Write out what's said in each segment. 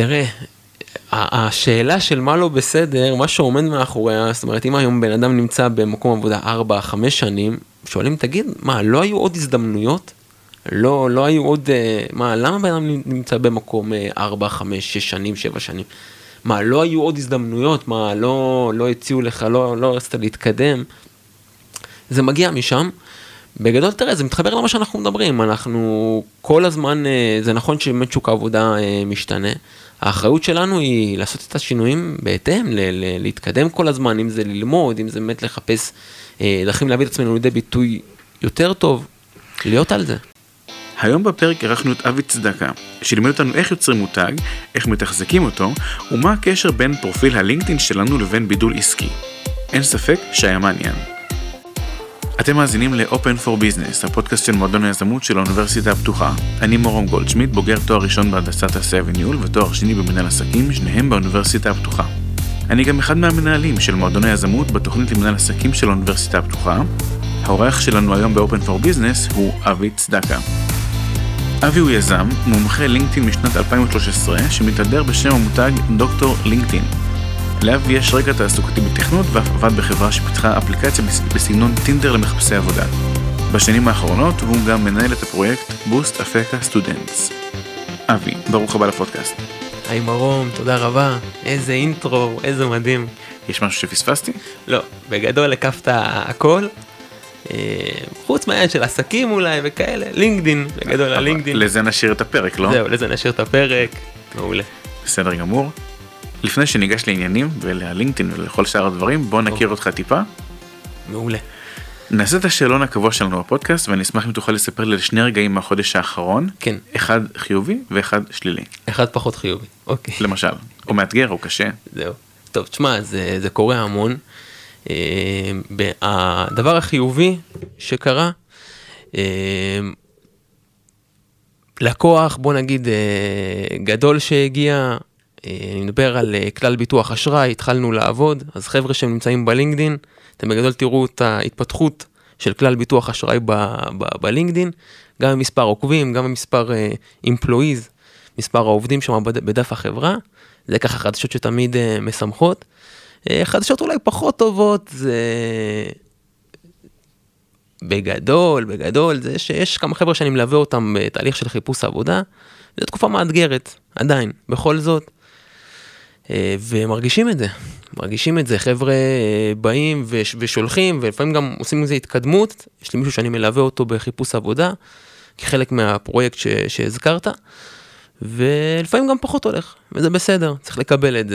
תראה, השאלה של מה לא בסדר, מה שעומד מאחוריה, זאת אומרת, אם היום בן אדם נמצא במקום עבודה 4-5 שנים, שואלים, תגיד, מה, לא היו עוד הזדמנויות? לא היו עוד, מה, למה בן אדם נמצא במקום 4, 5, 6 שנים, 7 שנים? מה, לא היו עוד הזדמנויות? מה, לא הציעו לך, לא רצית להתקדם? זה מגיע משם. בגדול, תראה, זה מתחבר למה שאנחנו מדברים. אנחנו כל הזמן, זה נכון שבאמת שוק העבודה משתנה. האחריות שלנו היא לעשות את השינויים בהתאם, להתקדם כל הזמן, אם זה ללמוד, אם זה באמת לחפש דרכים להביא את עצמנו לידי ביטוי יותר טוב, להיות על זה. היום בפרק ערכנו את אבי צדקה, שלימד אותנו איך יוצרים מותג, איך מתחזקים אותו, ומה הקשר בין פרופיל הלינקדאין שלנו לבין בידול עסקי. אין ספק שהיה מעניין. אתם מאזינים ל-Open for Business, הפודקאסט של מועדון היזמות של האוניברסיטה הפתוחה. אני מורום גולדשמיט, בוגר תואר ראשון בהנדסת תעשייה וניהול ותואר שני במנהל עסקים, שניהם באוניברסיטה הפתוחה. אני גם אחד מהמנהלים של מועדון היזמות בתוכנית למנהל עסקים של האוניברסיטה הפתוחה. האורח שלנו היום ב-Open for Business הוא אבי צדקה. אבי הוא יזם, מומחה לינקדאין משנת 2013, שמתהדר בשם המותג דוקטור לינקדאין. לאבי יש רקע תעסוקתי בתכנות ואף עבד בחברה שפיתחה אפליקציה בסגנון טינדר למחפשי עבודה. בשנים האחרונות הוא גם מנהל את הפרויקט בוסט אפקה סטודנטס. אבי, ברוך הבא לפודקאסט. היי מרום, תודה רבה. איזה אינטרו, איזה מדהים. יש משהו שפספסתי? לא, בגדול הקפת הכל. חוץ מהעניין של עסקים אולי וכאלה, לינקדאין, בגדול הלינקדאין. לזה נשאיר את הפרק, לא? זהו, לזה נשאיר את הפרק. מעולה. בסדר גמור. לפני שניגש לעניינים וללינקדאין ולכל שאר הדברים, בוא נכיר אותך טיפה. מעולה. נעשה את השאלון הקבוע שלנו בפודקאסט, ואני אשמח אם תוכל לספר לי על 2 רגעים מהחודש האחרון. כן. אחד חיובי ואחד שלילי. אחד פחות חיובי, אוקיי. למשל, או מאתגר או קשה. זהו. טוב, תשמע, זה קורה המון. הדבר החיובי שקרה, לקוח, בוא נגיד, גדול שהגיע, אני מדבר על כלל ביטוח אשראי, התחלנו לעבוד, אז חבר'ה שהם נמצאים בלינקדאין, אתם בגדול תראו את ההתפתחות של כלל ביטוח אשראי בלינקדאין, גם במספר עוקבים, גם במספר employees, מספר העובדים שם בדף החברה, זה ככה חדשות שתמיד משמחות. חדשות אולי פחות טובות, זה בגדול, זה שיש כמה חבר'ה שאני מלווה אותם בתהליך של חיפוש עבודה, זו תקופה מאתגרת, עדיין, בכל זאת, ומרגישים את זה, חבר'ה באים ושולחים, ולפעמים גם עושים מזה התקדמות, יש לי מישהו שאני מלווה אותו בחיפוש עבודה, כחלק מהפרויקט שהזכרת, ולפעמים גם פחות הולך, וזה בסדר, צריך לקבל את זה,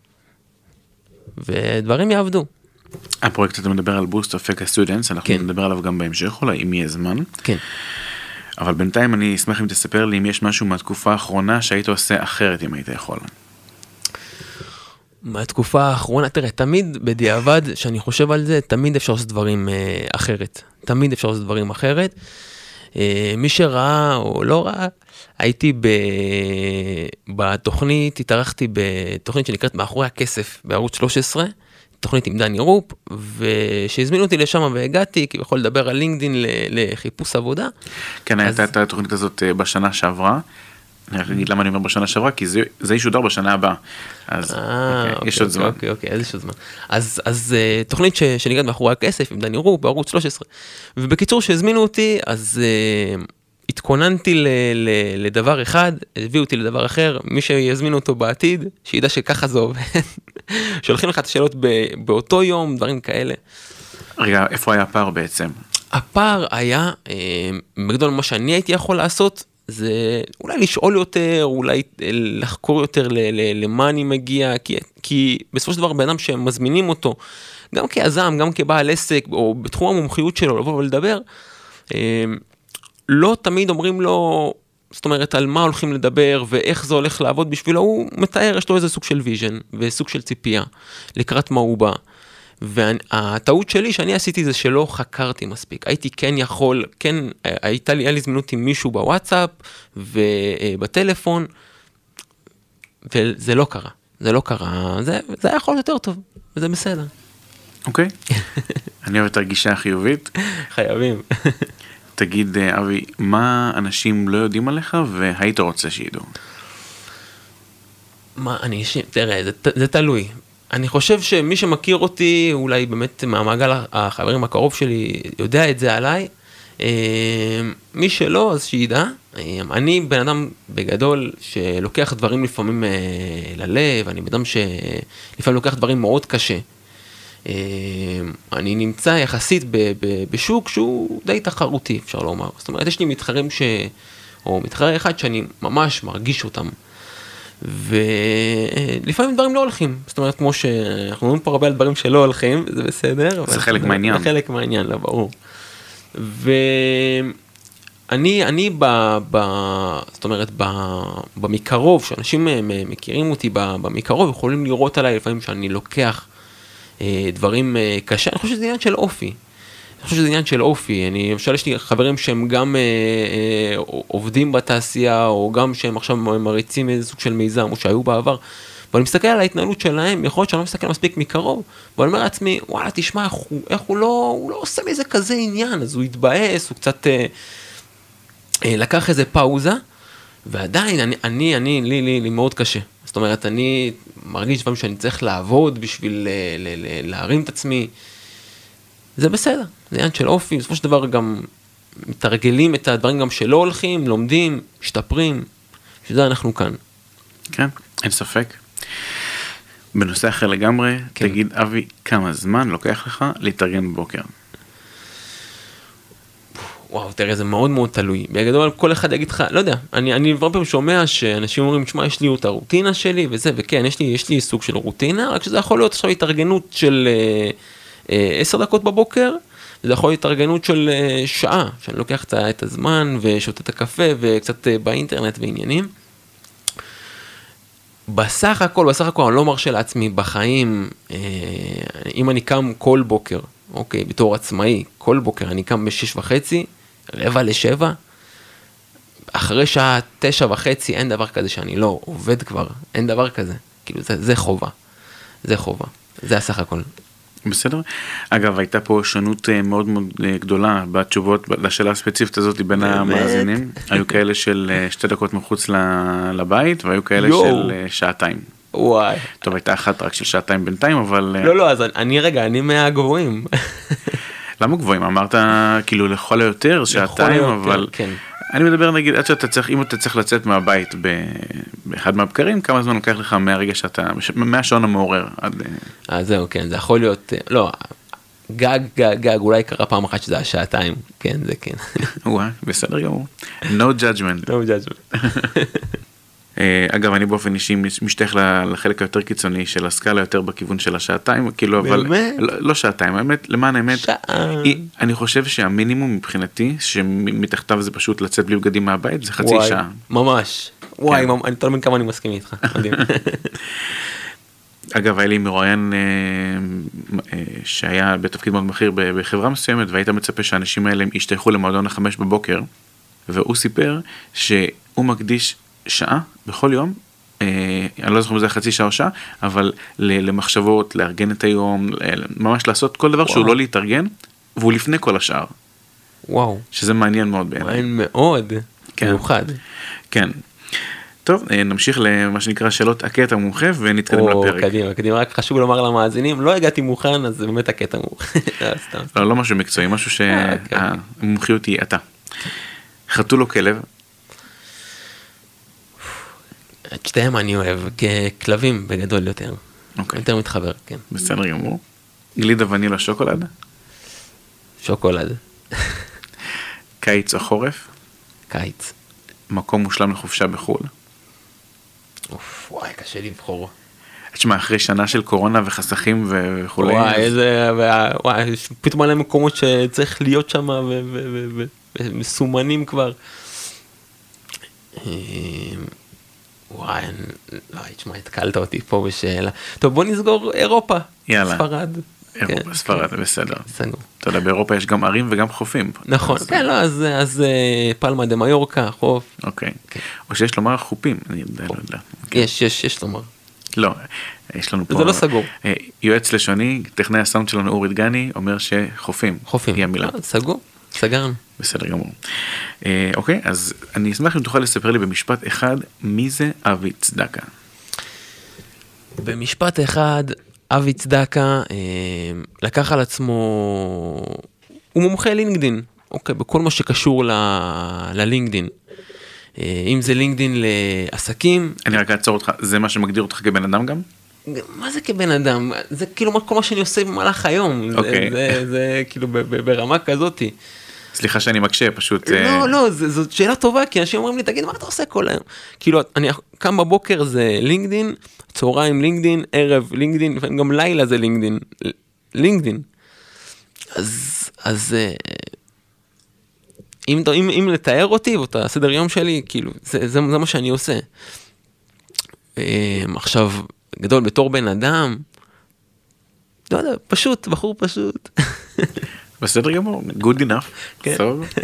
ודברים יעבדו. הפרויקט אתה מדבר על בוסט אפקה סטודנטס, אנחנו נדבר עליו גם בהמשך, אולי אם יהיה זמן. כן. אבל בינתיים אני אשמח אם תספר לי אם יש משהו מהתקופה האחרונה שהיית עושה אחרת אם היית יכול. מהתקופה האחרונה, תראה, תמיד בדיעבד, שאני חושב על זה, תמיד אפשר לעשות דברים אחרת. מי שראה או לא ראה, הייתי בתוכנית, התארחתי בתוכנית שנקראת מאחורי הכסף בערוץ 13, תוכנית עם דני רופ, ושהזמינו אותי לשם והגעתי, כי יכול לדבר על לינקדאין לחיפוש עבודה. כן, הייתה את התוכנית הזאת בשנה שעברה, אני רק אגיד למה אני אומר בשנה שעברה, כי זה ישודר בשנה הבאה, אז יש עוד זמן. אוקיי, אז יש עוד זמן. אז תוכנית שנקראת מאחורי הכסף עם דני רופ בערוץ 13, ובקיצור שהזמינו אותי, אז התכוננתי לדבר אחד, הביאו אותי לדבר אחר, מי שיזמינו אותו בעתיד, שידע שככה זה עובד, שולחים לך את השאלות באותו יום, דברים כאלה. רגע, איפה היה הפער בעצם? הפער היה, בגדול מה שאני הייתי יכול לעשות, זה אולי לשאול יותר, אולי לחקור יותר למה אני מגיע, כי בסופו של דבר באדם שהם מזמינים אותו, גם כיזם, גם כבעל עסק, או בתחום המומחיות שלו, לבוא ולדבר, לא תמיד אומרים לו, זאת אומרת, על מה הולכים לדבר, ואיך זה הולך לעבוד בשבילו, הוא מתאר, יש לו איזה סוג של ויז'ן, וסוג של ציפייה, לקראת מה הוא בא. והטעות שלי שאני עשיתי זה שלא חקרתי מספיק. הייתי כן יכול, כן, היה לי זמינות עם מישהו בוואטסאפ, ובטלפון, וזה לא קרה. זה היה יכול יותר טוב, וזה בסדר. אוקיי. אני אוהב את הרגישה החיובית. חייבים. תגיד, אבי, מה אנשים לא יודעים עליך והיית רוצה שידעו? מה, תראה, זה תלוי. אני חושב שמי שמכיר אותי, אולי באמת מהמעגל החברים הקרוב שלי, יודע את זה עליי. מי שלא, אז שידע. אני בן אדם בגדול שלוקח דברים לפעמים ללב, אני בן אדם שלפעמים לוקח דברים מאוד קשה. אני נמצא יחסית בשוק שהוא די תחרותי, אפשר לומר. זאת אומרת, יש לי מתחרים או מתחרה אחד שאני ממש מרגיש אותם. ולפעמים דברים לא הולכים. זאת אומרת, כמו שאנחנו אומרים פה הרבה על דברים שלא הולכים, זה בסדר. זה חלק מהעניין. זה חלק מהעניין, לא ברור. ואני זאת אומרת, במקרוב, שאנשים מכירים אותי במקרוב, יכולים לראות עליי לפעמים שאני לוקח דברים קשה. אני חושב שזה עניין של אופי. אני למשל, יש לי חברים שהם גם עובדים בתעשייה, או גם שהם עכשיו מריצים איזה סוג של מיזם, או שהיו בעבר, ואני מסתכל על ההתנהלות שלהם, יכול להיות שאני לא מסתכל מספיק מקרוב, ואני אומר לעצמי, וואלה, תשמע, איך הוא לא עושה מזה כזה עניין, אז הוא התבאס, הוא קצת לקח איזה פאוזה, ועדיין, לי מאוד קשה. זאת אומרת, אני מרגיש לפעמים שאני צריך לעבוד בשביל להרים את עצמי. זה בסדר, זה עניין של אופי, בסופו של דבר גם מתרגלים את הדברים גם שלא הולכים, לומדים, משתפרים, שזה אנחנו כאן. כן, אין ספק. בנושא אחר לגמרי, כן. תגיד אבי, כמה זמן לוקח לך להתארגן בבוקר? וואו, תראה, זה מאוד מאוד תלוי. בגדול, כל אחד יגיד לך, לא יודע, אני כבר פעם שומע שאנשים אומרים, תשמע, יש לי את הרוטינה שלי וזה, וכן, יש לי סוג של רוטינה, רק שזה יכול להיות עכשיו התארגנות של 10 דקות בבוקר, זה יכול להיות התארגנות של שעה, שאני לוקח את הזמן ושותה את הקפה וקצת באינטרנט ועניינים. בסך הכל, אני לא מרשה לעצמי בחיים, אם אני קם כל בוקר, אוקיי, בתור עצמאי, כל בוקר אני קם ב6:30, 6:45, אחרי שעה 9:30, אין דבר כזה שאני לא עובד כבר, אין דבר כזה, כאילו זה חובה, זה הסך הכל. בסדר. אגב, הייתה פה שונות מאוד מאוד גדולה בתשובות לשאלה הספציפית הזאת בין המאזינים. היו כאלה של 2 דקות מחוץ לבית, והיו כאלה של שעתיים. וואי. טוב, הייתה אחת רק של שעתיים בינתיים, אבל... לא, אז אני מהגבוהים. למה גבוהים? אמרת כאילו לכל היותר שעתיים, אבל... כן. אני מדבר נגיד, עד שאתה צריך, אם אתה צריך לצאת מהבית באחד מהבקרים, כמה זמן לוקח לך מהרגע שאתה, מהשעון המעורר עד... זהו, כן, זה יכול להיות, לא, גג, אולי קרה פעם אחת שזה השעתיים, כן, זה כן. וואי, בסדר גמור. No judgment. אגב, אני באופן אישי משתייך לחלק היותר קיצוני של הסקאלה, יותר בכיוון של השעתיים, כאילו, אבל לא שעתיים, האמת, למען האמת, אני חושב שהמינימום מבחינתי, שמתחתיו זה פשוט לצאת בלי בגדים מהבית, זה חצי שעה. ממש. וואי, אני תלמד כמה אני מסכים איתך. מדהים. אגב, היה לי מרואיין שהיה בתפקיד מאוד בכיר בחברה מסוימת, והיית מצפה שהאנשים האלה ישתייכו למועדון 5 בבוקר, והוא סיפר שהוא מקדיש שעה בכל יום, אני לא זוכר אם זה חצי שעה או שעה, אבל למחשבות, לארגן את היום, ממש לעשות כל דבר שהוא לא להתארגן, והוא לפני כל השאר. וואו. שזה מעניין מאוד בעיניי. מעניין מאוד, מיוחד. כן. טוב, נמשיך למה שנקרא שאלות הקטע מומחה, ונתקדם לפרק. קדימה, רק חשוב לומר למאזינים, לא הגעתי מוכן, אז זה באמת הקטע מומחה. לא משהו מקצועי, משהו שהמומחיות היא אתה. חתול או כלב? את שתיהם אני אוהב, ככלבים בגדול יותר. יותר מתחבר, כן. בסדר גמור. גלידה ונילה שוקולד? שוקולד. קיץ או חורף? קיץ. מקום מושלם לחופשה בחול? וואי, קשה לבחור. תשמע, אחרי שנה של קורונה וחסכים וכולי. וואי, פתאום עליהם מקומות שצריך להיות שם ומסומנים כבר. וואי, לא, תשמע, התקלת אותי פה בשאלה. טוב, בוא נסגור אירופה. יאללה. ספרד. אירופה, ספרד, בסדר. אתה יודע, באירופה יש גם ערים וגם חופים. נכון, כן, לא, אז פלמה דה מיורקה, חוף. אוקיי. או שיש לומר חופים, אני יודע, לא יודע. יש לומר. לא, יש לנו פה... זה לא סגור. יועץ לשוני, טכנאי הסאונד שלנו אורי דגני, אומר שחופים. חופים. היא המילה. סגור, סגרנו. בסדר גמור. אוקיי, אז אני אשמח אם תוכל לספר לי במשפט אחד, מי זה אבי צדקה? במשפט אחד, אבי צדקה לקח על עצמו, הוא מומחה לינקדין, אוקיי, בכל מה שקשור ללינקדין. אם זה לינקדין לעסקים. אני רק אעצור אותך, זה מה שמגדיר אותך כבן אדם גם? מה זה כבן אדם? זה כאילו כל מה שאני עושה במהלך היום. זה כאילו ברמה כזאת. סליחה שאני מקשה, פשוט... לא, זאת שאלה טובה, כי אנשים אומרים לי, תגיד, מה אתה עושה כל היום? כאילו, אני קם בבוקר זה לינקדין, צהריים לינקדין, ערב לינקדין, לפעמים גם לילה זה לינקדין. אז אם לתאר אותי, ואת הסדר יום שלי, כאילו, זה מה שאני עושה. עכשיו, גדול בתור בן אדם, לא יודע, פשוט, בחור פשוט. בסדר גמור, good enough. כן.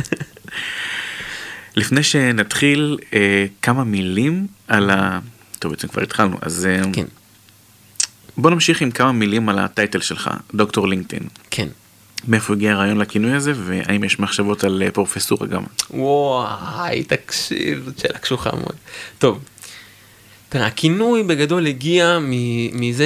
לפני שנתחיל כמה מילים על טוב, בעצם כבר התחלנו, אז כן. בוא נמשיך עם כמה מילים על הטייטל שלך, דוקטור לינקדאין. כן. מאיפה הגיע הרעיון לכינוי הזה, והאם יש מחשבות על פרופסורה גם? וואי, תקשיב, זאת שאלה קשוחה מאוד. טוב, תראה, הכינוי בגדול הגיע מזה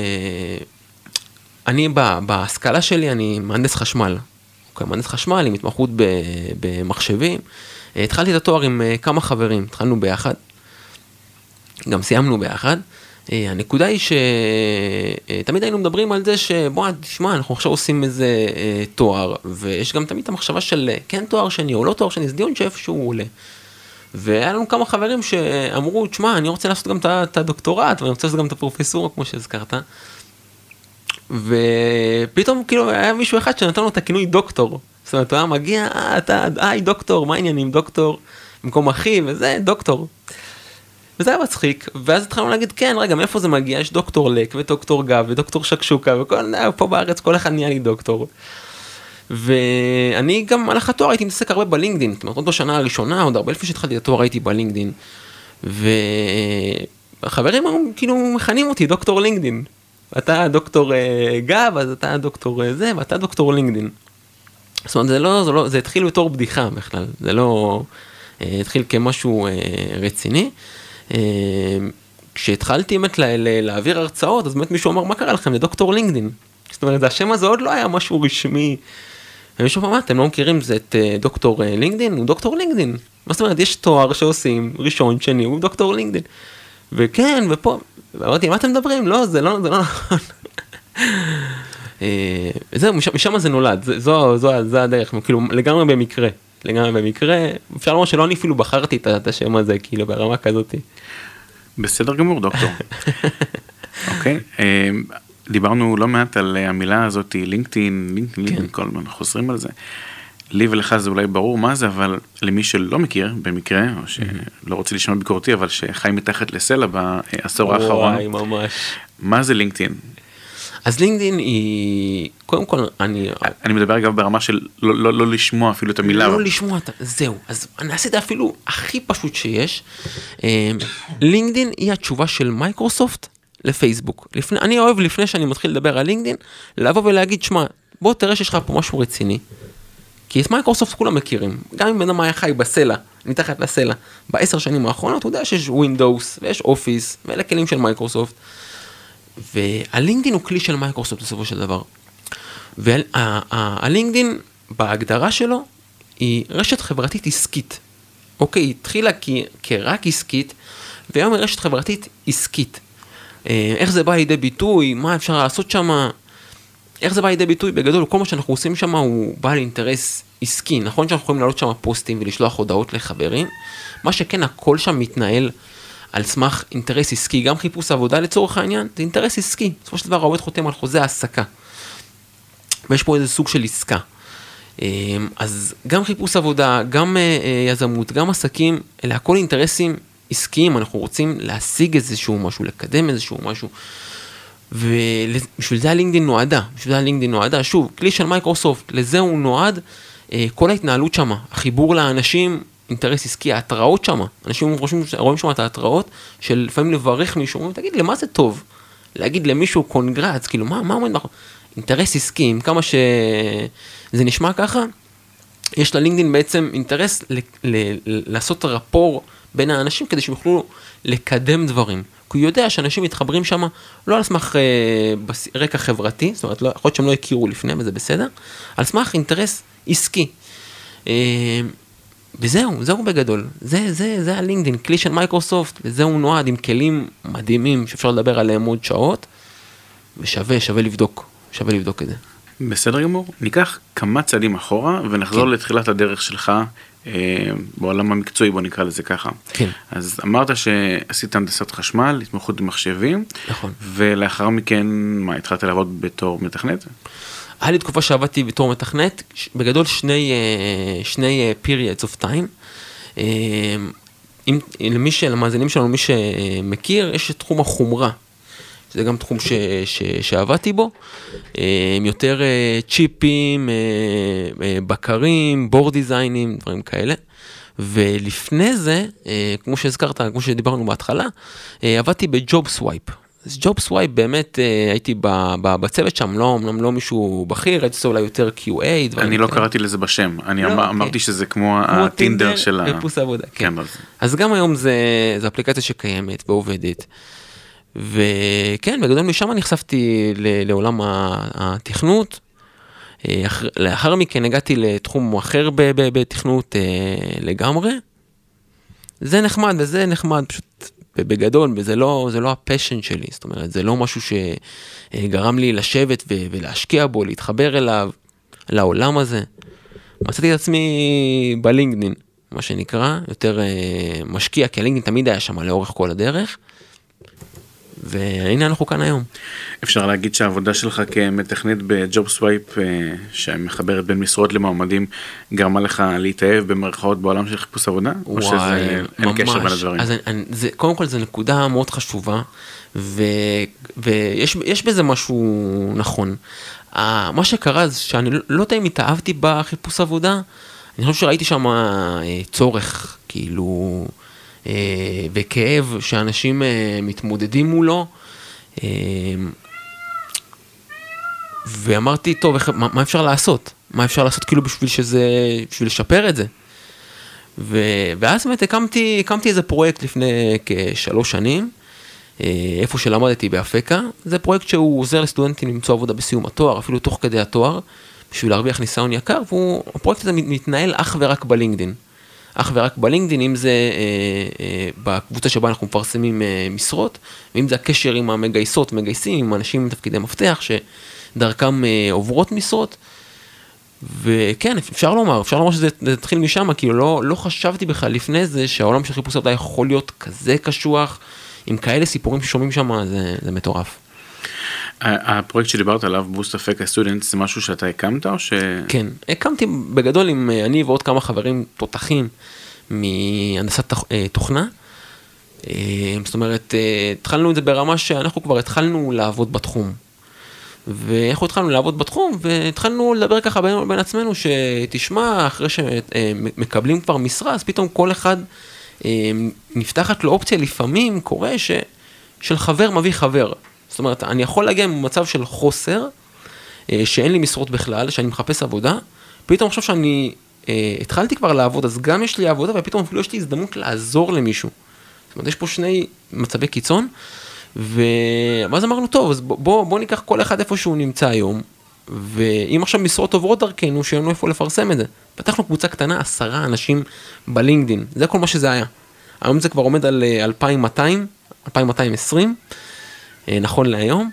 אני בהשכלה שלי, אני מהנדס חשמל. אוקיי, מהנדס חשמל עם התמחות במחשבים. התחלתי את התואר עם כמה חברים, התחלנו ביחד, גם סיימנו ביחד. הנקודה היא שתמיד היינו מדברים על זה שבוא, תשמע, אנחנו עכשיו עושים איזה תואר, ויש גם תמיד את המחשבה של כן תואר שני או לא תואר שני, זה דיון שאיפשהו הוא עולה. והיה לנו כמה חברים שאמרו, תשמע, אני רוצה לעשות גם את הדוקטורט, ואני רוצה לעשות גם את הפרופסורה, כמו שהזכרת. ופתאום כאילו היה מישהו אחד שנתן לו את הכינוי דוקטור. זאת אומרת, הוא היה מגיע, היי דוקטור, מה העניינים דוקטור? במקום אחי, וזה דוקטור. וזה היה מצחיק, ואז התחלנו להגיד, כן, רגע, מאיפה זה מגיע? יש דוקטור לק, ודוקטור גב, ודוקטור שקשוקה, פה בארץ כל אחד נהיה לי דוקטור. ואני גם על התואר הייתי מתעסק הרבה בלינקדין, זאת אומרת, עוד בשנה הראשונה, עוד הרבה לפני שהתחלתי את התואר הייתי בלינקדין. והחברים כאילו מכנים אותי דוקטור לינקדין. אתה דוקטור גב, אז אתה דוקטור זה, ואתה דוקטור לינקדין. זאת אומרת, זה התחיל בתור בדיחה בכלל, זה לא התחיל כמשהו רציני. כשהתחלתי באמת להעביר הרצאות, אז באמת מישהו אמר, מה קרה לכם? זה דוקטור לינקדין. זאת אומרת, השם הזה עוד לא היה משהו רשמי. ומישהו אמר, אתם לא מכירים, זה את דוקטור לינקדין? הוא דוקטור לינקדין. מה זאת אומרת, יש תואר שעושים, ראשון, שני, הוא דוקטור לינקדין. וכן, ופה, ואמרתי, מה אתם מדברים? לא, זה לא נכון. זהו, משם זה נולד, זה הדרך, כאילו, לגמרי במקרה, אפשר לומר שלא אני אפילו בחרתי את השם הזה, כאילו, ברמה כזאת. בסדר גמור, דוקטור. אוקיי, דיברנו לא מעט על המילה הזאת, לינקדאין, כל הזמן חוזרים על זה. לי ולך זה אולי ברור מה זה, אבל למי שלא מכיר, במקרה, או שלא רוצה לשמוע ביקורתי, אבל שחי מתחת לסלע בעשור האחרון. וואי, ממש. מה זה לינקדאין? אז לינקדאין היא, קודם כל, אני מדבר אגב ברמה של לא לשמוע אפילו את המילה. לא לשמוע, זהו. אז אני אעשה את זה אפילו הכי פשוט שיש. לינקדאין היא התשובה של מייקרוסופט לפייסבוק. אני אוהב לפני שאני מתחיל לדבר על לינקדאין, לבוא ולהגיד, שמה, בוא תראה שיש לך פה משהו רציני. כי את מייקרוסופט כולם מכירים. גם אם בן אדם היה חי בסלע, מתחת לסלע, ב10 שנים האחרונות, אתה יודע שיש ווינדוס, ויש אופיס, ואלה כלים של מייקרוסופט. והלינקדאין הוא כלי של מייקרוסופט בסופו של דבר. והלינקדאין, בהגדרה שלו, היא רשת חברתית עסקית. אוקיי, היא התחילה כרק עסקית, והיום היא רשת חברתית עסקית. איך זה בא לידי ביטוי, מה אפשר לעשות שם, איך זה בא לידי ביטוי? בגדול, כל מה שאנחנו עושים שם הוא בעל אינטרס עסקי. נכון שאנחנו יכולים לעלות שם פוסטים ולשלוח הודעות לחברים, מה שכן הכל שם מתנהל על סמך אינטרס עסקי, גם חיפוש עבודה לצורך העניין, זה אינטרס עסקי. בסופו של דבר העובד חותם על חוזה העסקה. ויש פה איזה סוג של עסקה. אז גם חיפוש עבודה, גם יזמות, גם עסקים, אלה הכל אינטרסים עסקיים, אנחנו רוצים להשיג איזשהו משהו, לקדם איזשהו משהו. ובשביל זה הלינקדאין נועדה, שוב, כלי של מייקרוסופט, לזה הוא נועד, כל ההתנהלות שם, החיבור לאנשים, אינטרס עסקי, ההתראות שם, אנשים רואים שם את ההתראות, של לפעמים לברך מישהו, אומרים, תגיד, למה זה טוב? להגיד למישהו קונגרץ, כאילו, מה עומד מאחורי? אינטרס עסקי, עם כמה שזה נשמע ככה, יש ללינקדאין בעצם אינטרס לעשות רפור בין האנשים, כדי שיוכלו לקדם דברים. כי הוא יודע שאנשים מתחברים שם, לא על סמך רקע חברתי, זאת אומרת, יכול להיות שהם לא הכירו לפני, וזה בסדר, על סמך אינטרס עסקי. וזהו בגדול. זה הלינקדין, כלי של מייקרוסופט, וזהו נועד עם כלים מדהימים שאפשר לדבר עליהם עוד שעות, ושווה לבדוק את זה. בסדר גמור, ניקח כמה צעדים אחורה ונחזור לתחילת הדרך שלך בעולם המקצועי, בוא נקרא לזה ככה. כן. אז אמרת שעשית הנדסת חשמל, התמחות במחשבים, נכון. ולאחר מכן, התחלת לעבוד בתור מתכנת? היה לי תקופה שעבדתי בתור מתכנת, בגדול שני periods of time. למאזינים שלנו, מי שמכיר, יש את תחום החומרה. זה גם תחום שעבדתי בו, יותר צ'יפים, בקרים, בורד דיזיינים, דברים כאלה. ולפני זה, כמו שהזכרת, כמו שדיברנו בהתחלה, עבדתי בג'וב סווייפ. אז ג'וב סווייפ באמת הייתי בצוות שם, לא מישהו בכיר, הייתי עושה אולי יותר QA. אני לא קראתי לזה בשם, אני אמרתי שזה כמו הטינדר של חיפוש עבודה, כן. אז גם היום זו אפליקציה שקיימת ועובדת. וכן, בגדול משם נחשפתי לעולם התכנות. לאחר מכן הגעתי לתחום אחר בתכנות לגמרי. זה נחמד וזה נחמד, פשוט בגדול, וזה לא הפשן שלי, זאת אומרת, זה לא משהו שגרם לי לשבת ולהשקיע בו, להתחבר אליו, לעולם הזה. מצאתי את עצמי בלינקדין, מה שנקרא, יותר משקיע, כי הלינקדין תמיד היה שם לאורך כל הדרך. והנה אנחנו כאן היום. אפשר להגיד שהעבודה שלך כמתכנת בג'וב סווייפ, שמחברת בין משרות למועמדים, גרמה לך להתאהב במרכאות בעולם של חיפוש עבודה? או שזה אין קשר בין הדברים? קודם כל זו נקודה מאוד חשובה, ויש בזה משהו נכון. מה שקרה זה שאני לא יודע אם התאהבתי בחיפוש עבודה, אני חושב שראיתי שם צורך, כאילו... וכאב שאנשים מתמודדים מולו, ואמרתי, טוב, מה אפשר לעשות? מה אפשר לעשות כאילו בשביל לשפר את זה? ואז באמת הקמתי איזה פרויקט לפני כ3 שנים, איפה שלמדתי באפקה. זה פרויקט שהוא עוזר לסטודנטים למצוא עבודה בסיום התואר, אפילו תוך כדי התואר, בשביל להרוויח ניסיון יקר, והפרויקט הזה מתנהל אך ורק בלינקדין. אם זה בקבוצה שבה אנחנו מפרסמים משרות, ואם זה הקשר עם מגייסים, עם אנשים עם תפקידי מפתח, שדרכם עוברות משרות, וכן, אפשר לומר שזה התחיל משם, כי לא חשבתי בכלל לפני זה, שהעולם של חיפוש עבודה יכול להיות כזה קשוח, עם כאלה סיפורים ששומעים שם, זה מטורף. הפרויקט שדיברת עליו, בוסט אפקה סטודנט, זה משהו שאתה הקמת או ש... כן, הקמתי בגדול עם אני ועוד כמה חברים תותחים מהנדסת תוכנה. זאת אומרת, התחלנו את זה ברמה שאנחנו כבר התחלנו לעבוד בתחום. ואנחנו התחלנו לעבוד בתחום, והתחלנו לדבר ככה בין עצמנו, שתשמע, אחרי שמקבלים כבר משרה, אז פתאום כל אחד נפתחת לו אופציה, לפעמים קורה של חבר מביא חבר. זאת אומרת, אני יכול להגיע ממצב של חוסר, שאין לי משרות בכלל, שאני מחפש עבודה, פתאום עכשיו שאני התחלתי כבר לעבוד, אז גם יש לי עבודה, ופתאום אפילו יש לי הזדמנות לעזור למישהו. זאת אומרת, יש פה 2 מצבי קיצון, ואז אמרנו, טוב, אז בוא ניקח כל אחד איפה שהוא נמצא היום, ואם עכשיו משרות עוברות דרכנו, שאין לנו איפה לפרסם את זה. פתחנו קבוצה קטנה, 10 אנשים בלינקדין, זה כל מה שזה היה. היום זה כבר עומד על 220, נכון להיום,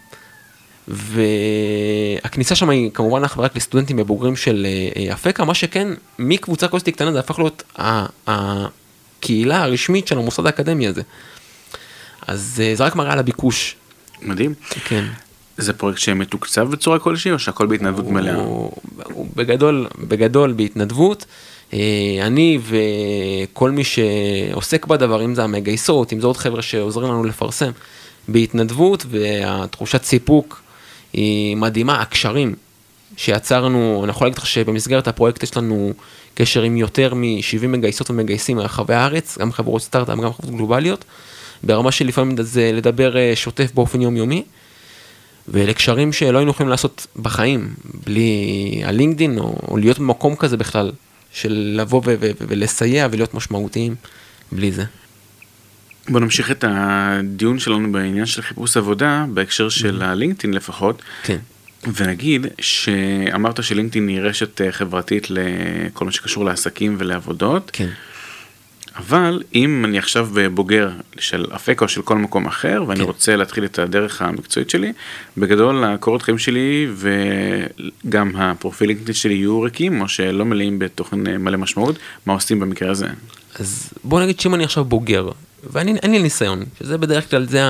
והכניסה שם היא כמובן אך ורק לסטודנטים ובוגרים של אפקה, מה שכן, מקבוצה קוסטית קטנה, זה הפך להיות הקהילה הרשמית של המוסד האקדמי הזה. אז זה רק מראה על הביקוש. מדהים. כן. זה פרויקט שמתוקצב בצורה כלשהי, או שהכל בהתנדבות מלאה? הוא בגדול בהתנדבות. אני וכל מי שעוסק בדבר, אם זה המגייסות, אם זה עוד חבר'ה שעוזרים לנו לפרסם, בהתנדבות, והתחושת סיפוק היא מדהימה. הקשרים שיצרנו, אני יכול להגיד לך שבמסגרת הפרויקט יש לנו קשר עם יותר מ-70 מגייסות ומגייסים מרחבי הארץ, גם חברות סטארט-אפ, גם חברות גלובליות, ברמה של לפעמים זה לדבר שוטף באופן יומיומי, ולקשרים שלא היינו יכולים לעשות בחיים, בלי הלינקדין, או להיות במקום כזה בכלל, של לבוא ולסייע ולהיות משמעותיים, בלי זה. בוא נמשיך את הדיון שלנו בעניין של חיפוש עבודה, בהקשר של הלינקדאין לפחות. כן. ונגיד שאמרת שלינקדאין היא רשת חברתית לכל מה שקשור לעסקים ולעבודות. כן. אבל אם אני עכשיו בוגר של אפקה או של כל מקום אחר, ואני רוצה להתחיל את הדרך המקצועית שלי, בגדול הקורות חיים שלי וגם הפרופיל לינקדאין שלי יהיו ריקים, או שלא מלאים בתוכן מלא משמעות, מה עושים במקרה הזה? אז בוא נגיד שאם אני עכשיו בוגר, ואין לי ניסיון, שזה בדרך כלל זה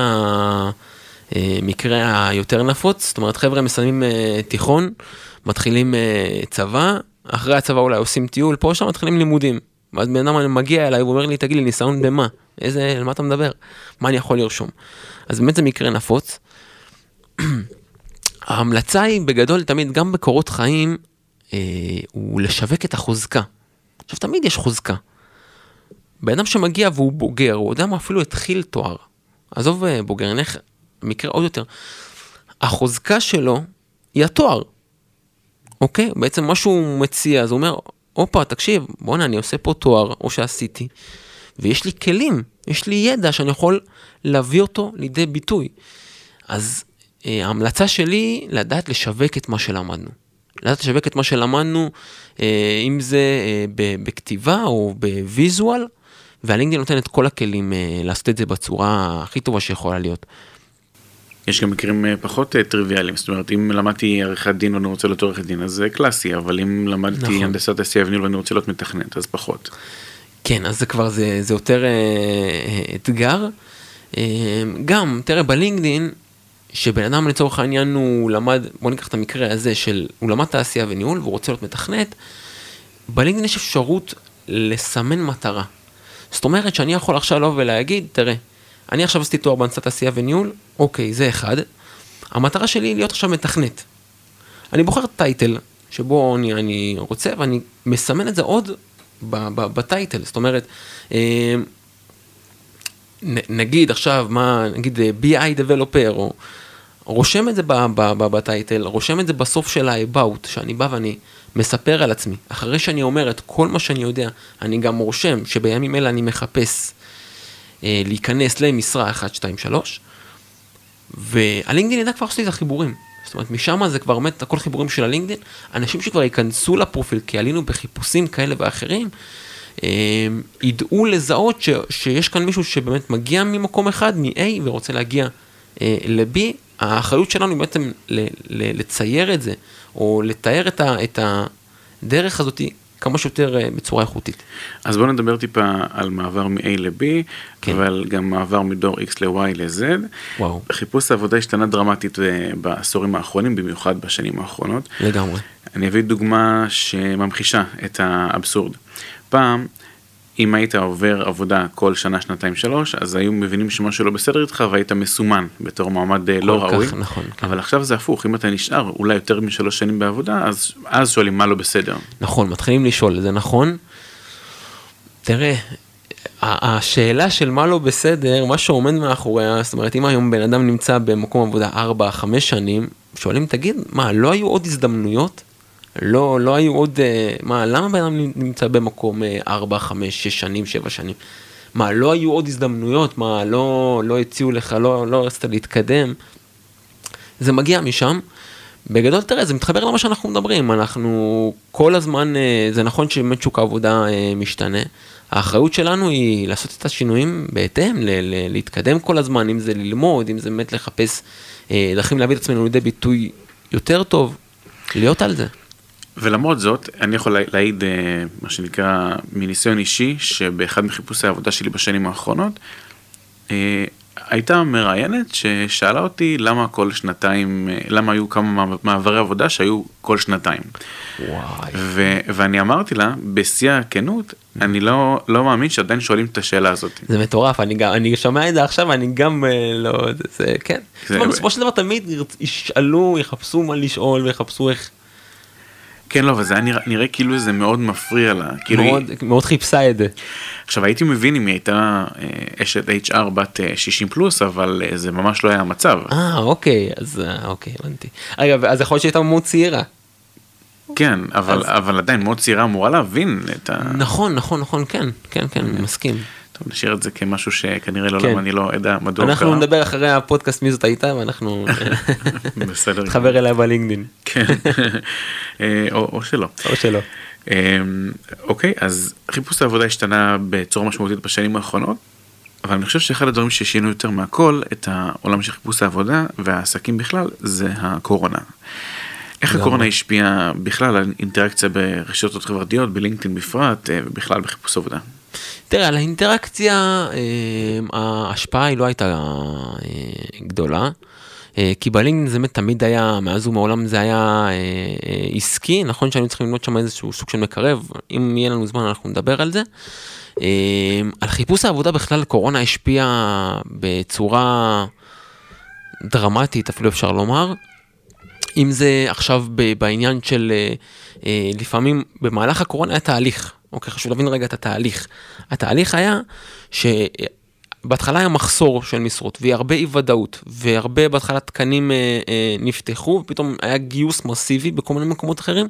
המקרה היותר נפוץ, זאת אומרת חבר'ה מסיימים תיכון, מתחילים צבא, אחרי הצבא אולי עושים טיול, פה שם מתחילים לימודים. ואז בן אדם מגיע אליי, הוא אומר לי, תגיד לי, ניסיון במה? על מה אתה מדבר? מה אני יכול לרשום? אז באמת זה מקרה נפוץ. ההמלצה היא בגדול, תמיד, גם בקורות חיים, הוא לשווק את החוזקה. עכשיו, תמיד יש חוזקה. בן אדם שמגיע והוא בוגר, הוא יודע מה אפילו התחיל תואר. עזוב בוגר, נלך, מקרה עוד יותר. החוזקה שלו היא התואר. אוקיי? בעצם מה שהוא מציע, אז הוא אומר, אופה, תקשיב, בוא'נה, אני עושה פה תואר, או שעשיתי, ויש לי כלים, יש לי ידע שאני יכול להביא אותו לידי ביטוי. אז ההמלצה שלי, לדעת לשווק את מה שלמדנו. לדעת לשווק את מה שלמדנו, אם זה בכתיבה או בוויזואל, והלינקדאין נותן את כל הכלים לעשות את זה בצורה הכי טובה שיכולה להיות. יש גם מקרים פחות טריוויאליים, זאת אומרת, אם למדתי עריכת דין ואני רוצה להיות עורך דין, אז זה קלאסי, אבל אם למדתי הנדסת תעשייה וניהול ואני רוצה להיות מתכנת, אז פחות. כן, אז זה כבר, זה יותר אתגר. גם, תראה, בלינקדאין, שבן אדם לצורך העניין הוא למד, בוא ניקח את המקרה הזה של, הוא למד תעשייה וניהול והוא רוצה להיות מתכנת, בלינקדאין יש אפשרות לסמן מטרה. זאת אומרת שאני יכול עכשיו לבוא ולהגיד, תראה, אני עכשיו עשיתי תואר בהנדסת תעשייה וניהול, אוקיי, זה אחד. המטרה שלי היא להיות עכשיו מתכנת. אני בוחר טייטל שבו אני רוצה, ואני מסמן את זה עוד בטייטל. זאת אומרת, נגיד עכשיו, נגיד BI Developer, או רושם את זה בטייטל, רושם את זה בסוף של ה-About, שאני בא ואני מספר על עצמי. אחרי שאני אומר את כל מה שאני יודע, אני גם רושם שבימים אלה אני מחפש להיכנס למשרה 1, 2, 3, והלינקדאין ידע כבר עשיתי את החיבורים. זאת אומרת, משם זה כבר באמת הכל חיבורים של הלינקדאין, אנשים שכבר ייכנסו לפרופיל, כי עלינו בחיפושים כאלה ואחרים, ידעו לזהות שיש כאן מישהו שבאמת מגיע ממקום אחד, מ-A, ורוצה להגיע ל-B. האחריות שלנו היא בעצם לצייר את זה, או לתאר את הדרך הזאת כמה שיותר בצורה איכותית. אז בואו נדבר טיפה על מעבר מ-A ל-B, כן. אבל גם מעבר מדור X ל-Y ל-Z. וואו. חיפוש העבודה השתנה דרמטית בעשורים האחרונים, במיוחד בשנים האחרונות. לגמרי. אני אביא דוגמה שממחישה את האבסורד. פעם, אם היית עובר עבודה כל שנה, שנתיים, 3, אז היו מבינים שמשהו לא בסדר איתך, והיית מסומן בתור מעמד לא ראוי. נכון, כן. אבל עכשיו זה הפוך, אם אתה נשאר אולי יותר מ3 שנים בעבודה, אז שואלים מה לא בסדר. נכון, מתחילים לשאול, זה נכון. תראה, השאלה של מה לא בסדר, מה שעומד מאחוריה, זאת אומרת, אם היום בן אדם נמצא במקום עבודה 4-5 שנים, שואלים, תגיד, מה, לא היו עוד הזדמנויות? לא היו עוד, למה בן אדם נמצא במקום 4, 5, 6 שנים, 7 שנים? לא היו עוד הזדמנויות? לא הציעו לך, לא רצית להתקדם? זה מגיע משם. בגדול, תראה, זה מתחבר למה שאנחנו מדברים. אנחנו כל הזמן, זה נכון שבאמת שוק העבודה משתנה. האחריות שלנו היא לעשות את השינויים בהתאם, להתקדם כל הזמן, אם זה ללמוד, אם זה באמת לחפש דרכים להביא את עצמנו לידי ביטוי יותר טוב, להיות על זה. ולמרות זאת, אני יכול להעיד, מה שנקרא, מניסיון אישי, שבאחד מחיפושי העבודה שלי בשנים האחרונות, הייתה מראיינת ששאלה אותי למה כל שנתיים, למה היו כמה מעברי עבודה שהיו כל שנתיים. וואי. ואני אמרתי לה, בשיא הכנות, אני לא מאמין שעדיין שואלים את השאלה הזאת. זה מטורף, אני שומע את זה עכשיו, אני גם לא, זה כן. בסופו של דבר תמיד ישאלו, יחפשו מה לשאול, ויחפשו איך. כן, לא, וזה נראה כאילו זה מאוד מפריע לה. מאוד חיפשה את זה. עכשיו, הייתי מבין אם היא הייתה אשת HR בת 60 פלוס, אבל זה ממש לא היה המצב. אוקיי, אז אוקיי, הבנתי. רגע, אז יכול להיות שהייתה מאוד צעירה. כן, אבל עדיין מאוד צעירה אמורה להבין את ה... נכון, כן, מסכים. טוב, נשאיר את זה כמשהו שכנראה לא כן. למה אני לא אדע מדוע קרה. אנחנו נדבר אחרי הפודקאסט מי זאת הייתה, ואנחנו בסדר. נתחבר אליה בלינקדין. כן, או שלא. או שלא. אוקיי, אז חיפוש העבודה השתנה בצורה משמעותית בשנים האחרונות, אבל אני חושב שאחד הדברים ששינו יותר מהכל את העולם של חיפוש העבודה והעסקים בכלל, זה הקורונה. איך הקורונה השפיעה בכלל על אינטראקציה ברשתות חברתיות, בלינקדאין בפרט, ובכלל בחיפוש עבודה? תראה, על האינטראקציה, ההשפעה היא לא הייתה גדולה, כי בלינקדאין זה תמיד היה, מאז ומעולם זה היה עסקי, נכון שהיינו צריכים ללמוד שם איזשהו סוג של מקרב, אם יהיה לנו זמן אנחנו נדבר על זה. על חיפוש העבודה בכלל קורונה השפיעה בצורה דרמטית, אפילו אפשר לומר, אם זה עכשיו בעניין של לפעמים במהלך הקורונה היה תהליך, אוקיי, חשוב להבין רגע את התהליך. התהליך היה שבהתחלה היה מחסור של משרות, והרבה אי ודאות, והרבה בהתחלה תקנים נפתחו, ופתאום היה גיוס מסיבי בכל מיני מקומות אחרים.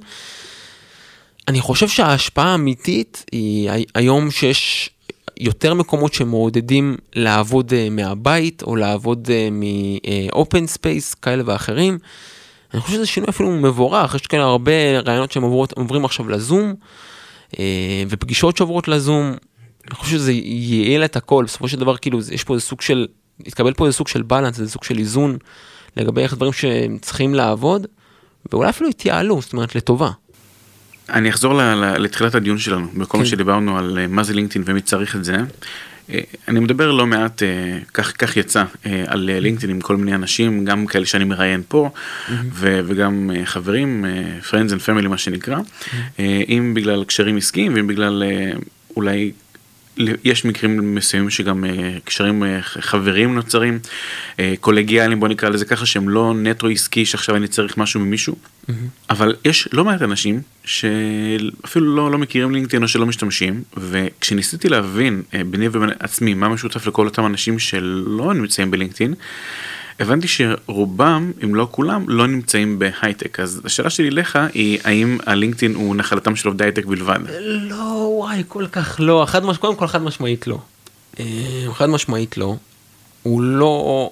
אני חושב שההשפעה האמיתית היא היום שיש יותר מקומות שמעודדים לעבוד מהבית, או לעבוד מ-open space כאלה ואחרים. אני חושב שזה שינוי אפילו מבורך, יש כאלה הרבה רעיונות שהם עוברים עכשיו לזום, ופגישות שעוברות לזום, אני חושב שזה יעיל את הכל, בסופו של דבר כאילו יש פה איזה סוג של, התקבל פה איזה סוג של בלנס, איזה סוג של איזון, לגבי איך דברים שצריכים לעבוד, ואולי אפילו יתייעלו, זאת אומרת לטובה. אני אחזור לתחילת הדיון שלנו, בכל מה שדיברנו על מה זה לינקדאין ומי צריך את זה. אני מדבר לא מעט, כך יצא, על לינקדאין עם כל מיני אנשים, גם כאלה שאני מראיין פה, וגם חברים, friends and family מה שנקרא, אם בגלל קשרים עסקיים, ואם בגלל אולי יש מקרים מסוימים שגם קשרים חברים נוצרים, קולגיאליים, בוא נקרא לזה ככה, שהם לא נטו עסקי, שעכשיו אני צריך משהו ממישהו, אבל יש לא מעט אנשים שאפילו לא מכירים לינקדאין או שלא משתמשים, וכשניסיתי להבין ביני ובין עצמי מה משותף לכל אותם אנשים שלא נמצאים בלינקדאין, הבנתי שרובם, אם לא כולם, לא נמצאים בהייטק. אז השאלה שלי לך היא, האם הלינקדאין הוא נחלתם של עובדי הייטק בלבד? לא, וואי, כל כך לא. קודם כל חד משמעית לא. חד משמעית לא. הוא לא...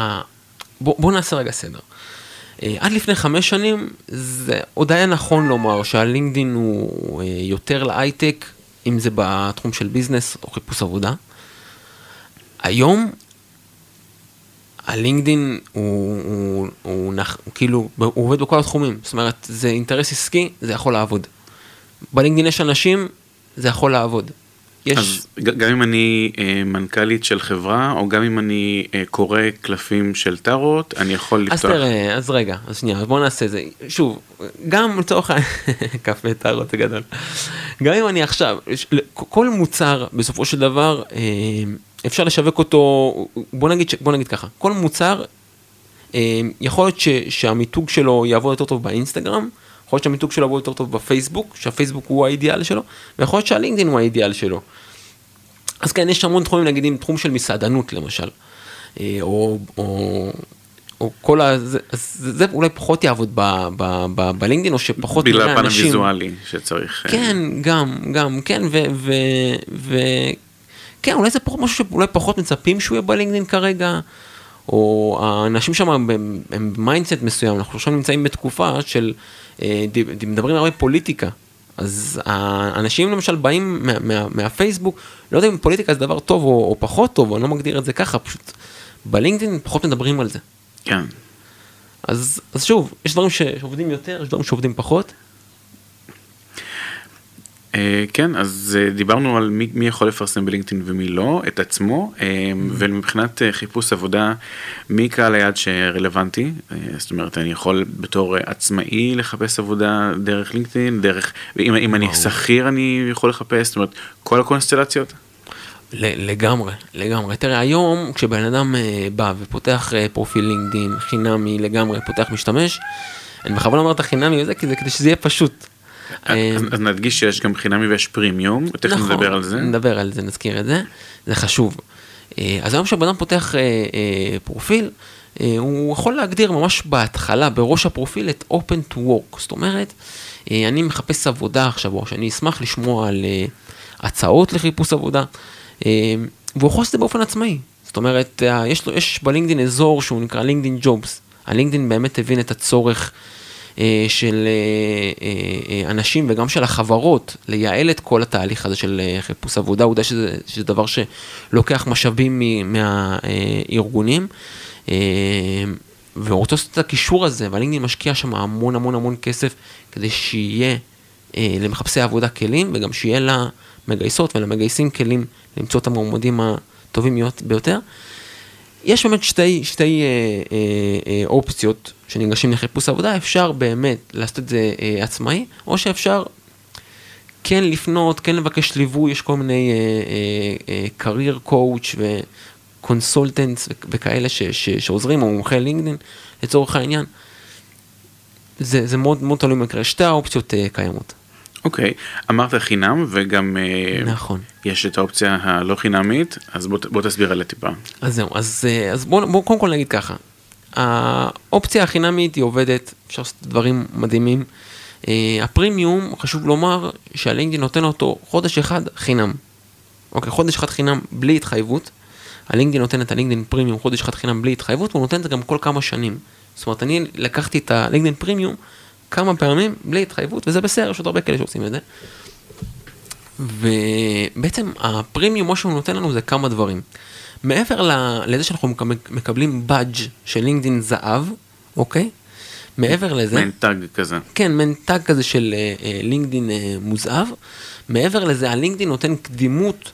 בוא נעשה רגע סדר. עד לפני 5 שנים, זה עוד היה נכון לומר שהלינקדאין הוא יותר להייטק, אם זה בתחום של ביזנס או חיפוש עבודה. היום, הלינקדאין הוא כאילו, הוא עובד בכל התחומים, זאת אומרת, זה אינטרס עסקי, זה יכול לעבוד. בלינקדאין יש אנשים, זה יכול לעבוד. אז גם אם אני מנכ"לית של חברה, או גם אם אני קורא קלפים של טארות, אני יכול לפתוח. אז תראה, אז רגע, אז שנייה, אז בואו נעשה את זה. שוב, גם לצורך קפה טארות זה גדול. גם אם אני עכשיו, כל מוצר בסופו של דבר, אפשר לשווק אותו, בוא נגיד ככה, כל מוצר, יכול להיות שהמיתוג שלו יעבוד יותר טוב באינסטגרם, יכול להיות שהמיתוג שלו יעבוד יותר טוב בפייסבוק, שהפייסבוק הוא האידיאל שלו, ויכול להיות שהלינקדאין הוא האידיאל שלו. אז כן, יש המון תחומים, נגיד, תחום של מסעדנות למשל, או כל זה אולי פחות יעבוד בלינקדאין, או שפחות בגלל הפן הוויזואלי שצריך. כן, גם, כן, כן, אולי זה משהו שאולי פחות מצפים שהוא יהיה בלינקדאין כרגע, או האנשים שם הם במיינדסט מסוים, אנחנו עכשיו נמצאים בתקופה של, מדברים הרבה פוליטיקה, אז האנשים למשל באים מהפייסבוק, לא יודע אם פוליטיקה זה דבר טוב או פחות טוב, אני לא מגדיר את זה ככה, פשוט בלינקדאין פחות מדברים על זה. כן. אז שוב, יש דברים שעובדים יותר, יש דברים שעובדים פחות. כן, אז דיברנו על מי יכול לפרסם בלינקדאין ומי לא, את עצמו, ומבחינת חיפוש עבודה, מי קהל היעד שרלוונטי, זאת אומרת, אני יכול בתור עצמאי לחפש עבודה דרך לינקדאין, אם אני שכיר אני יכול לחפש, זאת אומרת, כל הקונסטלציות? לגמרי. תראה, היום כשבן אדם בא ופותח פרופיל לינקדאין חינמי לגמרי, פותח משתמש, אני בכוונה אומר את החינמי הזה, כדי שזה יהיה פשוט. אז נדגיש שיש גם חינמי ויש פרימיום, תכף נדבר על זה. נדבר על זה, נזכיר את זה, זה חשוב. אז היום כשבן אדם פותח פרופיל, הוא יכול להגדיר ממש בהתחלה, בראש הפרופיל, את open to work, זאת אומרת, אני מחפש עבודה עכשיו, או שאני אשמח לשמוע על הצעות לחיפוש עבודה, והוא יכול לעשות את זה באופן עצמאי. זאת אומרת, יש בלינקדין אזור שהוא נקרא לינקדין ג'ובס. הלינקדין באמת הבין את הצורך של אנשים וגם של החברות לייעל את כל התהליך הזה של חיפוש עבודה. הוא יודע שזה דבר שלוקח משאבים מהארגונים, והוא רוצה לעשות את הקישור הזה, והלינקדין משקיע שם המון המון המון כסף כדי שיהיה למחפשי עבודה כלים, וגם שיהיה למגייסות ולמגייסים כלים למצוא את המועמדים הטובים ביותר. יש באמת שתי אופציות שניגשים לחיפוש עבודה. אפשר באמת לעשות את זה עצמאי, או שאפשר כן לפנות, כן לבקש ליווי. יש כל מיני career coach וקונסולטנטס וכאלה שעוזרים, או מומחי לינקדין לצורך העניין. זה מאוד מאוד תלוי מקרה. שתי האופציות קיימות. אוקיי, אמרת חינם וגם נכון. יש את האופציה הלא חינמית, אז בוא תסביר עליה טיפה. אז זהו, אז בוא קודם כל נגיד ככה. האופציה החינמית היא עובדת, אפשר לעשות דברים מדהימים. הפרימיום, חשוב לומר שהלינקדין נותן אותו חודש אחד חינם. אוקיי, חודש אחד חינם בלי התחייבות. הלינקדין נותן את הלינקדין פרימיום חודש אחד חינם בלי התחייבות, והוא נותן את זה גם כל כמה שנים. זאת אומרת, אני לקחתי את הלינקדין פרימיום כמה פעמים בלי התחייבות, וזה בסדר, יש עוד הרבה כאלה שעושים את זה. ובעצם הפרימיום, מה שהוא נותן לנו זה כמה דברים. מעבר לזה שאנחנו מקבלים באג' של לינקדין זהב, אוקיי? מעבר לזה... מעין טאג כזה. כן, מעין טאג כזה של לינקדין מוזהב. מעבר לזה, הלינקדין נותן קדימות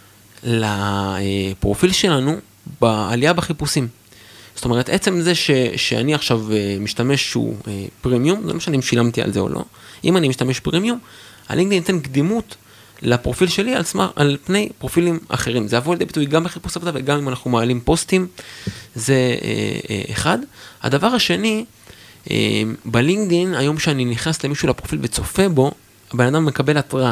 לפרופיל שלנו בעלייה בחיפושים. זאת אומרת, עצם זה שאני עכשיו משתמש שהוא פרימיום, זה לא משנה אם שילמתי על זה או לא. אם אני משתמש פרימיום, הלינקדין ייתן קדימות לפרופיל שלי על פני פרופילים אחרים. זה עבור לידי ביטוי גם בחיפוש עבודה וגם אם אנחנו מעלים פוסטים, זה אחד. הדבר השני, בלינקדין, היום שאני נכנס למישהו לפרופיל וצופה בו, הבן אדם מקבל התראה.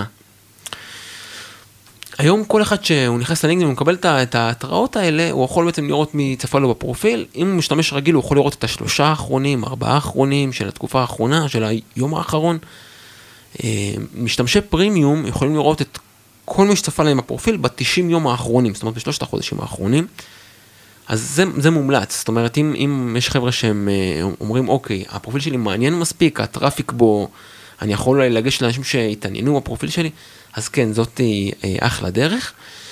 היום כל אחד שהוא נכנס ללינקדין, הוא מקבל את ההתראות האלה, הוא יכול בעצם לראות מי צפה לו בפרופיל. אם הוא משתמש רגיל, הוא יכול לראות את 3 האחרונים, 4 האחרונים של התקופה האחרונה, של היום האחרון. משתמשי פרימיום יכולים לראות את כל מי שצפה להם בפרופיל ב-90 יום האחרונים, זאת אומרת ב3 החודשים האחרונים. אז זה מומלץ. זאת אומרת, אם יש חבר'ה שהם אומרים, אוקיי, הפרופיל שלי מעניין מספיק, הטראפיק בו, אני יכול אולי לגשת לאנשים שהתעניינו בפרופיל שלי, אז כן, זאת אחלה דרך.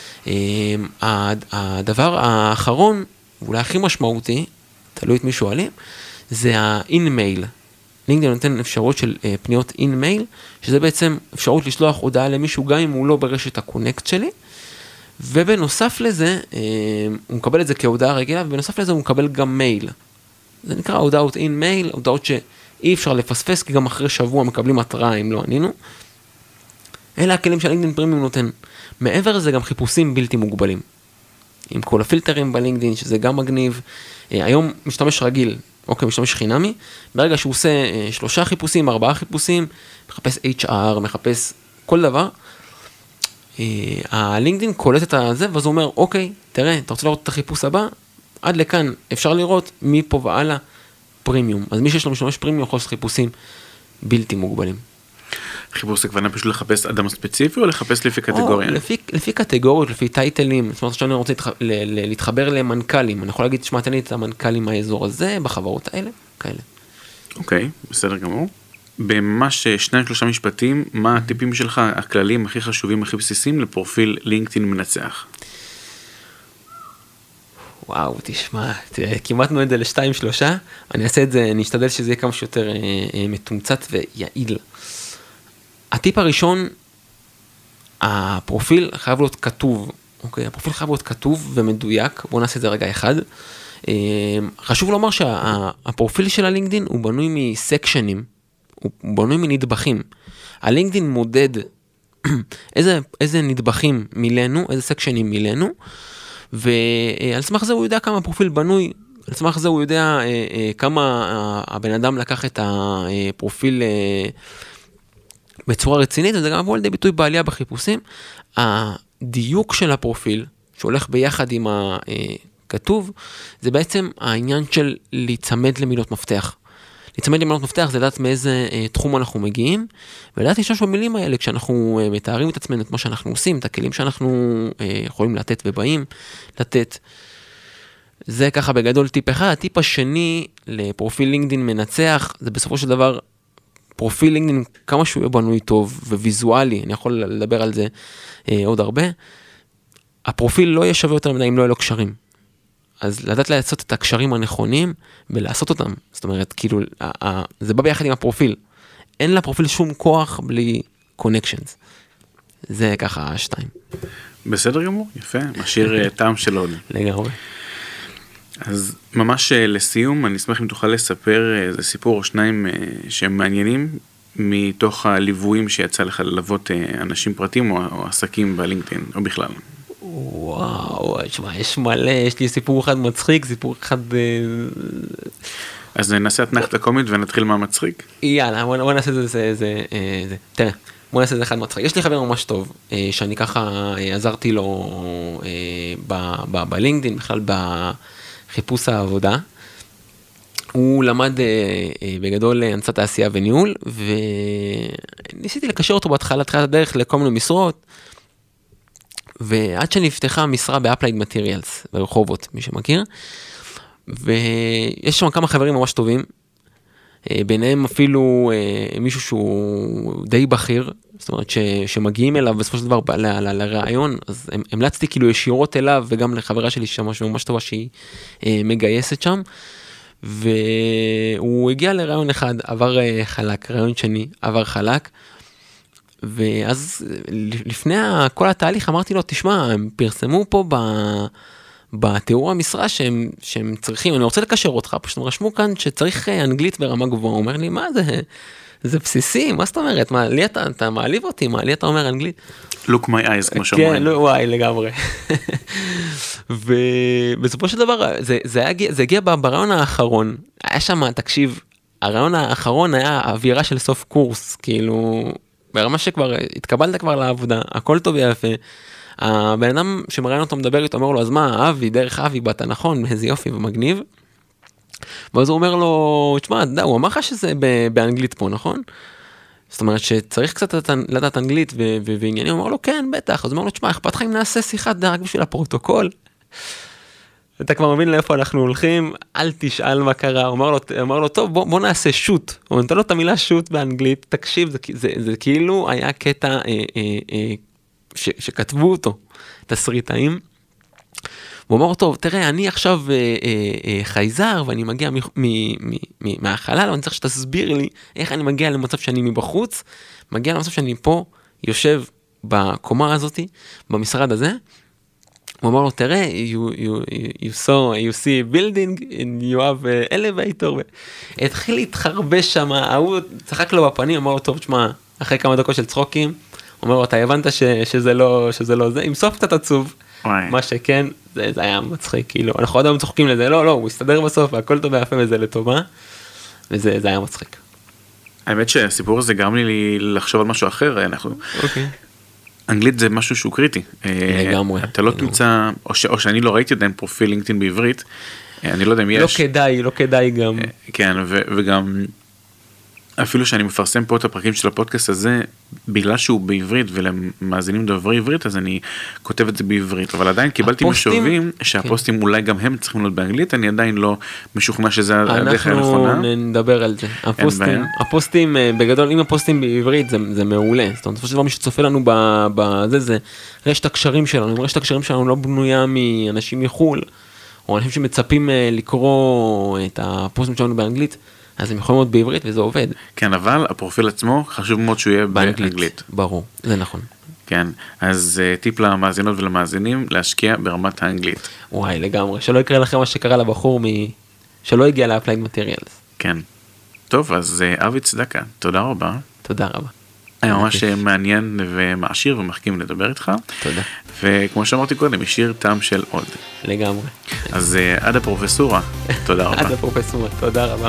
הדבר האחרון, ואולי הכי משמעותי, תלוי את מי שואלים, זה ה-in-mail. לינקדין נותן אפשרות של פניות in-mail, שזה בעצם אפשרות לשלוח הודעה למישהו, גם אם הוא לא ברשת הקונקט שלי, ובנוסף לזה, הוא מקבל את זה כהודעה רגילה, ובנוסף לזה הוא מקבל גם מייל. זה נקרא הודעות in-mail, הודעות שאי אפשר לפספס, כי גם אחרי שבוע מקבלים התראה אם לא ענינו. אלה הכלים שהלינקדין פרימיום נותן. מעבר לזה גם חיפושים בלתי מוגבלים. עם כל הפילטרים בלינקדין, שזה גם מגניב. היום משתמש רגיל, אוקיי, משתמש חינמי. ברגע שהוא עושה 3 חיפושים, 4 חיפושים, מחפש HR, מחפש כל דבר, הלינקדין קולט את זה, ואז הוא אומר, אוקיי, תראה, אתה רוצה לראות את החיפוש הבא? עד לכאן אפשר לראות מפה והלאה פרימיום. אז מי שיש לו משתמש פרימיום יכול לעשות חיפושים בלתי מוגבלים. חיפוש זה כבר פשוט לחפש אדם ספציפי או לחפש לפי קטגוריה? לפי קטגוריות, לפי טייטלים. זאת אומרת, שאני רוצה להתחבר למנכ"לים. אני יכול להגיד, שמע, תן לי את המנכ"לים מהאזור הזה, בחברות האלה, כאלה. אוקיי, בסדר גמור. בממש 2-3 משפטים, מה הטיפים שלך, הכללים הכי חשובים, הכי בסיסיים לפרופיל לינקדין מנצח? וואו, תשמע, כמעט את זה ל2-3, אני אעשה את זה, אני אשתדל שזה יהיה כמה שיותר מתומצת ויעיל. הטיפ הראשון, הפרופיל חייב להיות כתוב, אוקיי? הפרופיל חייב להיות כתוב ומדויק, בואו נעשה את זה רגע אחד. חשוב לומר שהפרופיל של הלינקדין הוא בנוי מסקשנים, הוא בנוי מנדבכים. הלינקדין מודד איזה נדבכים מילנו, איזה סקשנים מילנו, ועל סמך זה הוא יודע כמה הפרופיל בנוי, על סמך זה הוא יודע כמה הבן אדם לקח את הפרופיל בצורה רצינית, וזה גם עבור לידי ביטוי בעלייה בחיפושים. הדיוק של הפרופיל, שהולך ביחד עם הכתוב, זה בעצם העניין של להיצמד למילות מפתח. להצמד למנות מפתח זה לדעת מאיזה תחום אנחנו מגיעים, ולדעת להשתמש במילים האלה כשאנחנו מתארים את עצמנו, כמו שאנחנו עושים, את הכלים שאנחנו יכולים לתת ובאים לתת. זה ככה בגדול טיפ אחד. הטיפ השני לפרופיל לינקדין מנצח, זה בסופו של דבר פרופיל לינקדין, כמה שהוא יהיה בנוי טוב וויזואלי, אני יכול לדבר על זה עוד הרבה, הפרופיל לא יהיה שווה יותר מדי אם לא יהיה לו קשרים. אז לדעת לעשות את הקשרים הנכונים ולעשות אותם. זאת אומרת, כאילו, זה בא ביחד עם הפרופיל. אין לפרופיל שום כוח בלי connections. זה ככה 2. בסדר גמור, יפה, משאיר טעם של עוד. לגמרי. אז ממש לסיום, אני אשמח אם תוכל לספר איזה סיפור או שניים שהם מעניינים, מתוך הליוויים שיצא לך ללוות אנשים פרטיים או עסקים בלינקדאין, או בכלל. וואו, יש מלא, יש לי סיפור אחד מצחיק, סיפור אחד... אז נעשה אתנחתא קומית ונתחיל מה מצחיק? יאללה, בוא נעשה את זה, תראה, בוא נעשה את זה אחד מצחיק. יש לי חבר ממש טוב, שאני ככה עזרתי לו בלינקדאין, בכלל בחיפוש העבודה. הוא למד בגדול הנדסת תעשייה וניהול, וניסיתי לקשר אותו בתחילת הדרך לכל מיני משרות, ועד שנפתחה משרה באפלייד מטריאלס ברחובות, מי שמכיר, ויש שם כמה חברים ממש טובים, ביניהם אפילו מישהו שהוא די בכיר, זאת אומרת שמגיעים אליו בסופו של דבר לרעיון, אז המלצתי כאילו ישירות אליו, וגם לחברה שלי שממש טובה שהיא מגייסת שם, והוא הגיע לרעיון אחד, עבר חלק, רעיון שני, עבר חלק, ואז לפני כל התהליך אמרתי לו, תשמע, הם פרסמו פה בתיאור המשרה שהם צריכים, אני רוצה לקשר אותך, פשוט הם רשמו כאן שצריך אנגלית ברמה גבוהה, הוא אומר לי, מה זה? זה בסיסי, מה זאת אומרת? מה, לי אתה מעליב אותי, מה, לי אתה אומר אנגלית? Look my eyes, כמו שאומרים. כן, וואי, לגמרי. ובסופו של דבר, זה הגיע ברעיון האחרון, היה שם, תקשיב, הרעיון האחרון היה אווירה של סוף קורס, כאילו, ברמה שכבר התקבלת כבר לעבודה, הכל טוב ויפה, הבן אדם שמראיין אותו מדבר איתו, אומר לו, אז מה, אבי, דרך אבי, באת נכון, איזה יופי ומגניב, ואז הוא אומר לו, תשמע, הוא אמר לך שזה באנגלית פה, נכון? זאת אומרת שצריך קצת לדעת אנגלית ועניינים, הוא אומר לו, כן, בטח, אז הוא אומר לו, תשמע, אכפת לך אם נעשה שיחת דרך בשביל הפרוטוקול? אתה כבר מבין לאיפה אנחנו הולכים, אל תשאל מה קרה, הוא אומר לו, טוב, בוא נעשה שוט, הוא נתן לו את המילה שוט באנגלית, תקשיב, זה כאילו היה קטע שכתבו אותו, תסריטאים, הוא אומר, טוב, תראה, אני עכשיו חייזר, ואני מגיע מהחלל, ואני צריך שתסביר לי איך אני מגיע למצב שאני מבחוץ, מגיע למצב שאני פה, יושב בקומה הזאת, במשרד הזה, הוא אומר לו, תראה, you see building, and you have elevator, התחיל להתחרבש שם, הוא צחק לו בפנים, אמר לו, טוב, תשמע, אחרי כמה דקות של צחוקים, הוא אומר לו, אתה הבנת שזה לא זה, עם סוף קצת עצוב, מה שכן, זה היה מצחיק, כאילו, אנחנו עוד היום צוחקים לזה, לא, הוא הסתדר בסוף, והכל טוב ויפה וזה לטובה, וזה היה מצחיק. האמת שהסיפור הזה גרם לי לחשוב על משהו אחר, אנגלית זה משהו שהוא קריטי. לגמרי. אתה לא תמצא, או שאני לא ראיתי עדיין פרופיל לינקדאין בעברית, אני לא יודע אם יש. לא כדאי גם. כן, וגם אפילו שאני מפרסם פה את הפרקים של הפודקאסט הזה, בגלל שהוא בעברית ולמאזינים דוברי עברית, אז אני כותב את זה בעברית, אבל עדיין קיבלתי משובים שהפוסטים אולי גם הם צריכים להיות באנגלית, אני עדיין לא משוכנע שזה הדרך הנכונה. אנחנו נדבר על זה. הפוסטים, בגדול, אם הפוסטים בעברית זה מעולה, זאת אומרת, בסופו של דבר מי שצופה לנו בזה, זה רשת הקשרים שלנו, רשת הקשרים שלנו לא בנויה מאנשים מחול, או אנשים שמצפים לקרוא את הפוסטים שלנו באנגלית, אז הם יכולים להיות בעברית וזה עובד. כן, אבל הפרופיל עצמו חשוב מאוד שהוא יהיה באנגלית. ברור, זה נכון. כן, אז טיפ למאזינות ולמאזינים להשקיע ברמת האנגלית. וואי, לגמרי, שלא יקרה לכם מה שקרה לבחור שלא הגיע לאפלייד מטריאלס. כן. טוב, אז אבי צדקה, תודה רבה. תודה רבה. היה ממש מעניין ומעשיר ומחכים לדבר איתך. תודה. וכמו שאמרתי קודם, השאיר טעם של עוד. לגמרי. אז עד הפרופסורה, תודה רבה. עד הפרופסורה, תודה רבה.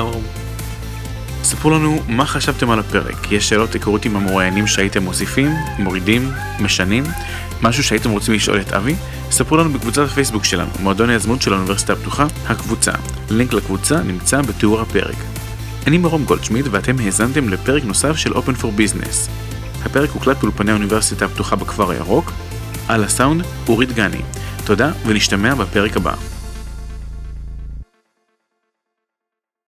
ספרו לנו מה חשבתם על הפרק. יש שאלות היכרות עם המרואיינים שהייתם מוסיפים, מורידים, משנים, משהו שהייתם רוצים לשאול את אבי? ספרו לנו בקבוצת הפייסבוק שלנו, מועדון היזמות של האוניברסיטה הפתוחה, הקבוצה. לינק לקבוצה נמצא בתיאור הפרק. אני מרום גולדשמיד ואתם האזנתם לפרק נוסף של Open for Business. הפרק הוקלט באולפני האוניברסיטה הפתוחה בכפר הירוק. על הסאונד, אורית גני. תודה ונשתמע בפרק הבא.